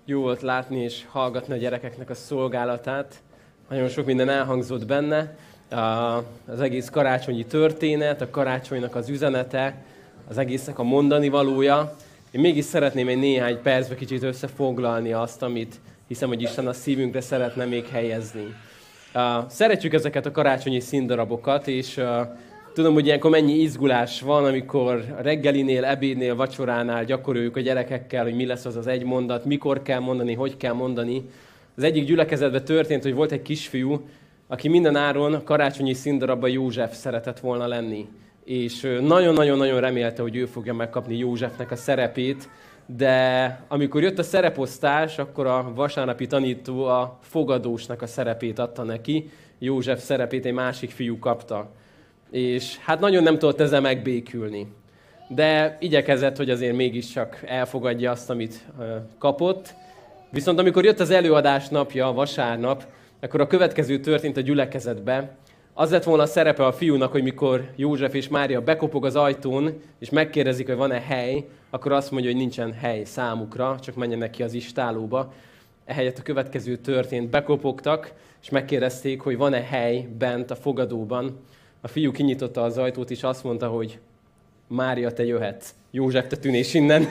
Jó volt látni és hallgatni a gyerekeknek a szolgálatát. Nagyon sok minden elhangzott benne. Az egész karácsonyi történet, a karácsonynak az üzenete, az egésznek a mondani valója. Én mégis szeretném egy néhány percbe kicsit összefoglalni azt, amit hiszem, hogy Isten a szívünkre szeretne még helyezni. Szeretjük ezeket a karácsonyi színdarabokat, és tudom, hogy ilyenkor mennyi izgulás van, amikor reggelinél, ebédnél, vacsoránál gyakoroljuk a gyerekekkel, hogy mi lesz az egy mondat, mikor kell mondani, hogy kell mondani. Az egyik gyülekezetben történt, hogy volt egy kisfiú, aki minden áron a karácsonyi színdarabban József szeretett volna lenni. És nagyon-nagyon-nagyon remélte, hogy ő fogja megkapni Józsefnek a szerepét, de amikor jött a szereposztás, akkor a vasárnapi tanító a fogadósnak a szerepét adta neki, József szerepét egy másik fiú kapta. És hát nagyon nem tudott ezzel megbékülni. De igyekezett, hogy azért mégiscsak elfogadja azt, amit kapott. Viszont amikor jött az előadás napja, a vasárnap, akkor a következő történt a gyülekezetbe. Az lett volna a szerepe a fiúnak, hogy mikor József és Mária bekopog az ajtón, és megkérdezik, hogy van-e hely, akkor azt mondja, hogy nincsen hely számukra, csak menjenek ki az istálóba. Ehelyett a következő történt, bekopogtak, és megkérdezték, hogy van-e hely bent a fogadóban. A fiú kinyitotta az ajtót, és azt mondta, hogy Mária, te jöhetsz. József, te tűnés innen.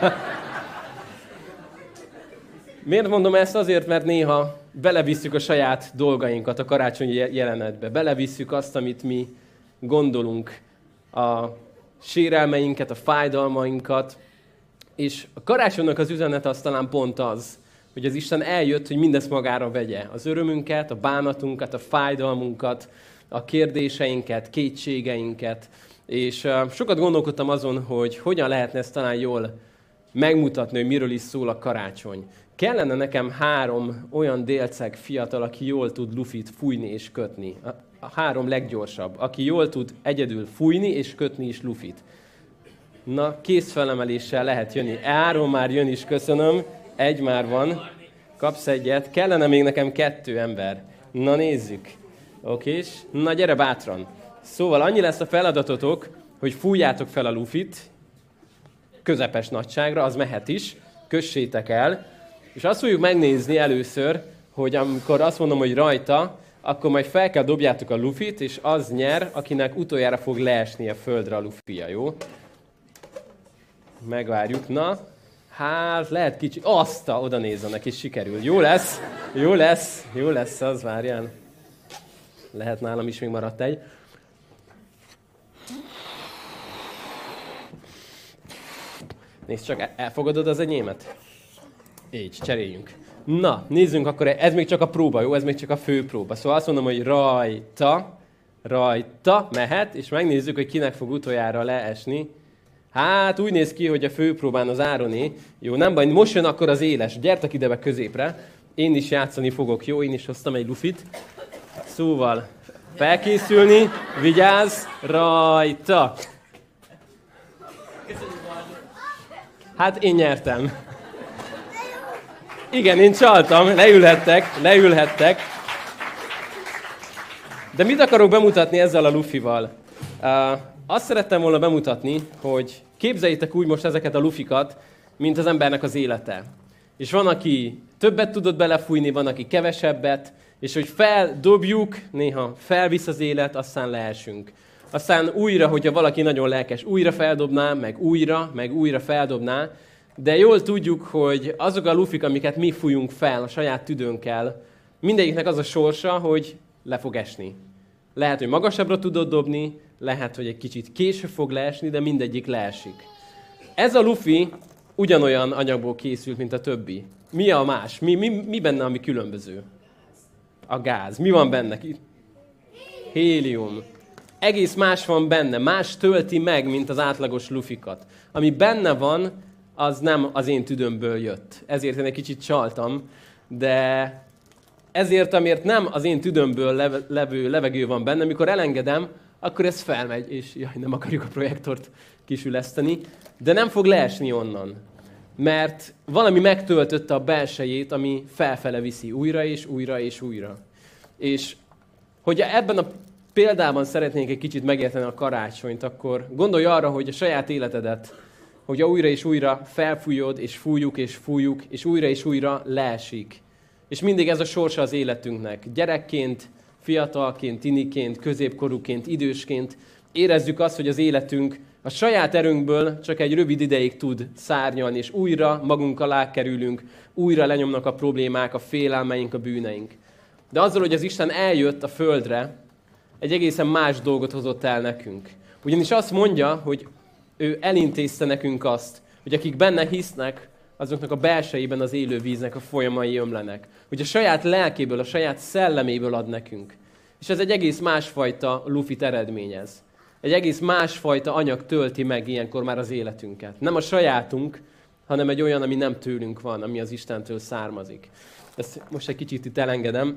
Miért mondom ezt? Azért, mert néha belevisszük a saját dolgainkat a karácsonyi jelenetbe. Belevisszük azt, amit mi gondolunk, a sérelmeinket, a fájdalmainkat. És a karácsonynak az üzenet az talán pont az, hogy az Isten eljött, hogy mindezt magára vegye. Az örömünket, a bánatunkat, a fájdalmunkat, a kérdéseinket, kétségeinket. És sokat gondolkodtam azon, hogy hogyan lehetne ezt talán jól megmutatni, hogy miről is szól a karácsony. Kellene nekem 3 olyan délceg fiatal, aki jól tud lufit fújni és kötni. A 3 leggyorsabb, aki jól tud egyedül fújni és kötni is lufit. Na, kézfelemeléssel lehet jönni. 3 már jön is, köszönöm. 1 már van. Kapsz 1-et. Kellene még nekem 2 ember. Na, nézzük. Okés? Na, gyere bátran. Szóval annyi lesz a feladatotok, hogy fújjátok fel a lufit, közepes nagyságra, az mehet is, kössétek el, és azt fogjuk megnézni először, hogy amikor azt mondom, hogy rajta, akkor majd fel kell dobjátok a lufit, és az nyer, akinek utoljára fog leesni a földre a lufia, jó? Megvárjuk, na, hát lehet kicsi, oda nézzenek, és sikerül. Jó lesz, az várjál. Lehet nálam is még maradt egy. Nézd csak, elfogadod az enyémet? Így, cseréljünk. Na, nézzünk akkor, ez még csak a próba, jó? Ez még csak a fő próba. Szóval azt mondom, hogy rajta mehet, és megnézzük, hogy kinek fog utoljára leesni. Hát úgy néz ki, hogy a főpróbán az Ároné. Jó, nem baj, most jön akkor az éles. Gyertek ide be középre. Én is játszani fogok, jó? Én is hoztam egy lufit. Szóval felkészülni, vigyázz, rajta! Hát én nyertem. Igen, én csaltam, leülhettek. De mit akarok bemutatni ezzel a lufival? Azt szerettem volna bemutatni, hogy képzeljétek úgy most ezeket a lufikat, mint az embernek az élete. És van, aki többet tudott belefújni, van, aki kevesebbet, és hogy feldobjuk, néha felvisz az élet, aztán leesünk. Aztán újra, hogyha valaki nagyon lelkes, újra feldobná, meg újra feldobná, de jól tudjuk, hogy azok a lufik, amiket mi fújunk fel a saját tüdőnkkel, mindegyiknek az a sorsa, hogy le fog esni. Lehet, hogy magasabbra tudod dobni, lehet, hogy egy kicsit később fog leesni, de mindegyik leesik. Ez a lufi ugyanolyan anyagból készült, mint a többi. Mi a más? Mi benne, ami különböző? A gáz. Mi van benne? Hélium. Egész más van benne, más tölti meg, mint az átlagos lufikat. Ami benne van, az nem az én tüdőmből jött. Ezért én egy kicsit csaltam, de ezért, amiért nem az én tüdőmből levő levegő van benne, amikor elengedem, akkor ez felmegy, és jaj, nem akarjuk a projektort kisüleszteni, de nem fog leesni onnan. Mert valami megtöltötte a belsejét, ami felfele viszi újra és újra és újra. És hogy ebben a példában szeretnénk egy kicsit megérteni a karácsonyt, akkor gondolj arra, hogy a saját életedet hogy újra és újra felfújod, és fújjuk, és újra leesik. És mindig ez a sorsa az életünknek. Gyerekként, fiatalként, tiniként, középkorúként, idősként érezzük azt, hogy az életünk a saját erőnkből csak egy rövid ideig tud szárnyalni, és újra magunk alá kerülünk, újra lenyomnak a problémák, a félelmeink, a bűneink. De azzal, hogy az Isten eljött a földre, egy egészen más dolgot hozott el nekünk. Ugyanis azt mondja, hogy ő elintézte nekünk azt, hogy akik benne hisznek, azoknak a belsejében az élő víznek a folyamai ömlenek. Hogy a saját lelkéből, a saját szelleméből ad nekünk. És ez egy egész másfajta lufit eredményez. Egy egész másfajta anyag tölti meg ilyenkor már az életünket. Nem a sajátunk, hanem egy olyan, ami nem tőlünk van, ami az Istentől származik. Ezt most egy kicsit itt elengedem.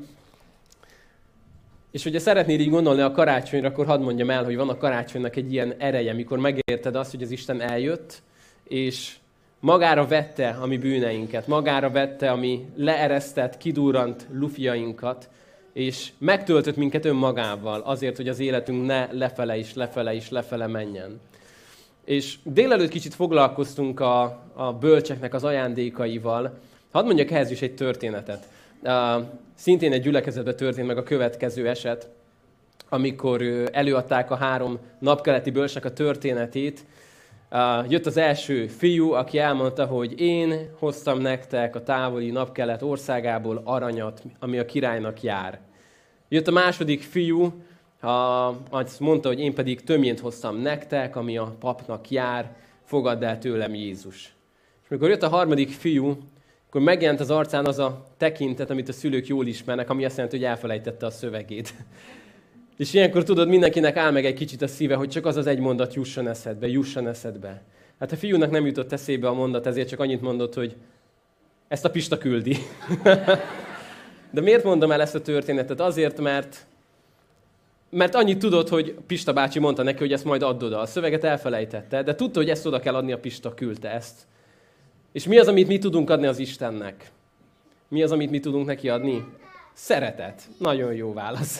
És hogyha szeretnéd így gondolni a karácsonyra, akkor hadd mondjam el, hogy van a karácsonynak egy ilyen ereje, mikor megérted azt, hogy az Isten eljött, és magára vette a mi bűneinket, magára vette a mi leeresztett, kidurrant lufiainkat, és megtöltött minket önmagával azért, hogy az életünk ne lefele menjen. És délelőtt kicsit foglalkoztunk a bölcseknek az ajándékaival. Hadd mondjak ehhez is egy történetet. Szintén egy gyülekezetben történt meg a következő eset, amikor előadták a 3 napkeleti bölcsnek a történetét. Jött az első fiú, aki elmondta, hogy én hoztam nektek a távoli napkelet országából aranyat, ami a királynak jár. Jött a második fiú, azt mondta, hogy én pedig tömjént hoztam nektek, ami a papnak jár, fogadd el tőlem Jézus. És amikor jött a harmadik fiú, akkor megjelent az arcán az a tekintet, amit a szülők jól ismernek, ami azt jelenti, hogy elfelejtette a szövegét. És ilyenkor tudod, mindenkinek áll meg egy kicsit a szíve, hogy csak az az egy mondat jusson eszedbe. Hát a fiúnak nem jutott eszébe a mondat, ezért csak annyit mondott, hogy ezt a Pista küldi. De miért mondom el ezt a történetet? Azért, mert annyit tudod, hogy Pista bácsi mondta neki, hogy ezt majd add oda. A szöveget elfelejtette, de tudta, hogy ezt oda kell adni, a Pista küldte ezt. És mi az, amit mi tudunk adni az Istennek? Mi az, amit mi tudunk neki adni? Szeretet. Nagyon jó válasz.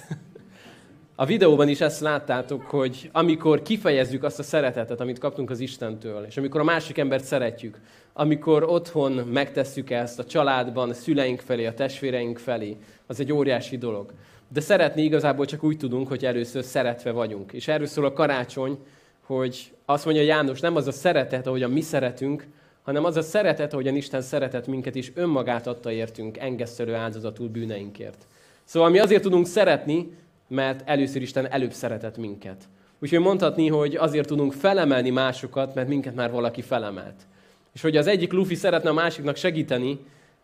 A videóban is ezt láttátok, hogy amikor kifejezzük azt a szeretetet, amit kaptunk az Istentől, és amikor a másik embert szeretjük, amikor otthon megtesszük ezt a családban, a szüleink felé, a testvéreink felé, az egy óriási dolog. De szeretni igazából csak úgy tudunk, hogy először szeretve vagyunk. És erről szól a karácsony, hogy azt mondja János, nem az a szeretet, ahogyan mi szeretünk, hanem az a szeretet, ahogyan Isten szeretett minket, és önmagát adta értünk engesztelő áldozatul bűneinkért. Szóval mi azért tudunk szeretni, mert először Isten előbb szeretett minket. Úgyhogy mondhatni, hogy azért tudunk felemelni másokat, mert minket már valaki felemelt. És hogy az egyik lufi szeretne a másiknak segíteni,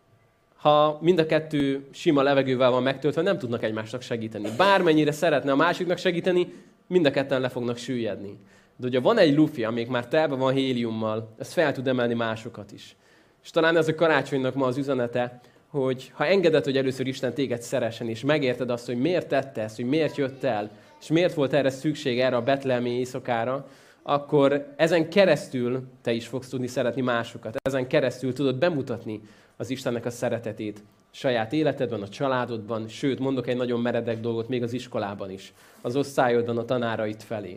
ha mind a kettő sima levegővel van megtöltve, nem tudnak egymásnak segíteni. Bármennyire szeretne a másiknak segíteni, mind a ketten le fognak süllyedni. De hogyha van egy lufi, amelyik már telve van héliummal, ez fel tud emelni másokat is. És talán ez a karácsonynak ma az üzenete, hogy ha engeded, hogy először Isten téged szeressen, és megérted azt, hogy miért tette ezt, hogy miért jött el, és miért volt erre szükség, erre a betlehemi éjszakára, akkor ezen keresztül te is fogsz tudni szeretni másokat. Ezen keresztül tudod bemutatni az Istennek a szeretetét saját életedben, a családodban, sőt, mondok egy nagyon meredek dolgot, még az iskolában is, az osztályodban, a tanáraid felé.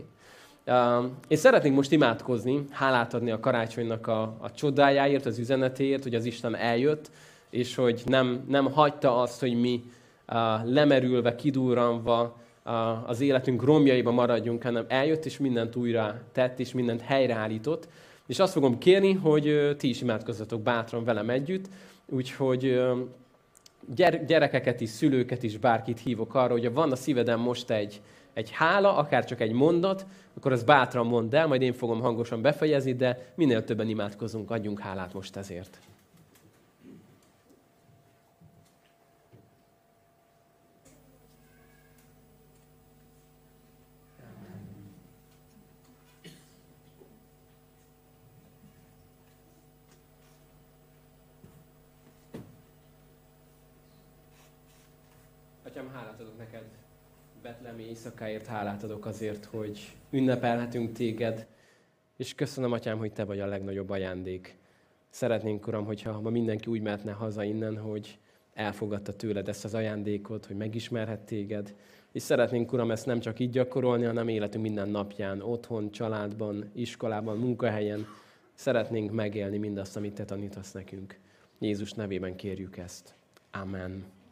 Én szeretnék most imádkozni, hálát adni a karácsonynak a csodájáért, az üzenetéért, hogy az Isten eljött, és hogy nem hagyta azt, hogy mi lemerülve, kidurranva az életünk romjaiba maradjunk, hanem eljött, és mindent újra tett, és mindent helyreállított. És azt fogom kérni, hogy ti is imádkozzatok bátran velem együtt, úgyhogy gyerekeket is, szülőket is, bárkit hívok arra, hogy van a szíveden most egy hála, akár csak egy mondat, akkor azt bátran mondd el, majd én fogom hangosan befejezni, de minél többen imádkozunk, adjunk hálát most ezért. Atyám, hálát adok neked betlehemi éjszakáért, hálát adok azért, hogy ünnepelhetünk téged, és köszönöm, Atyám, hogy te vagy a legnagyobb ajándék. Szeretnénk, Uram, hogyha ma mindenki úgy mehetne haza innen, hogy elfogadta tőled ezt az ajándékot, hogy megismerhet téged, és szeretnénk, Uram, ezt nem csak így gyakorolni, hanem életünk minden napján, otthon, családban, iskolában, munkahelyen, Szeretnénk megélni mindazt, amit Te tanítasz nekünk. Jézus nevében kérjük ezt. Amen.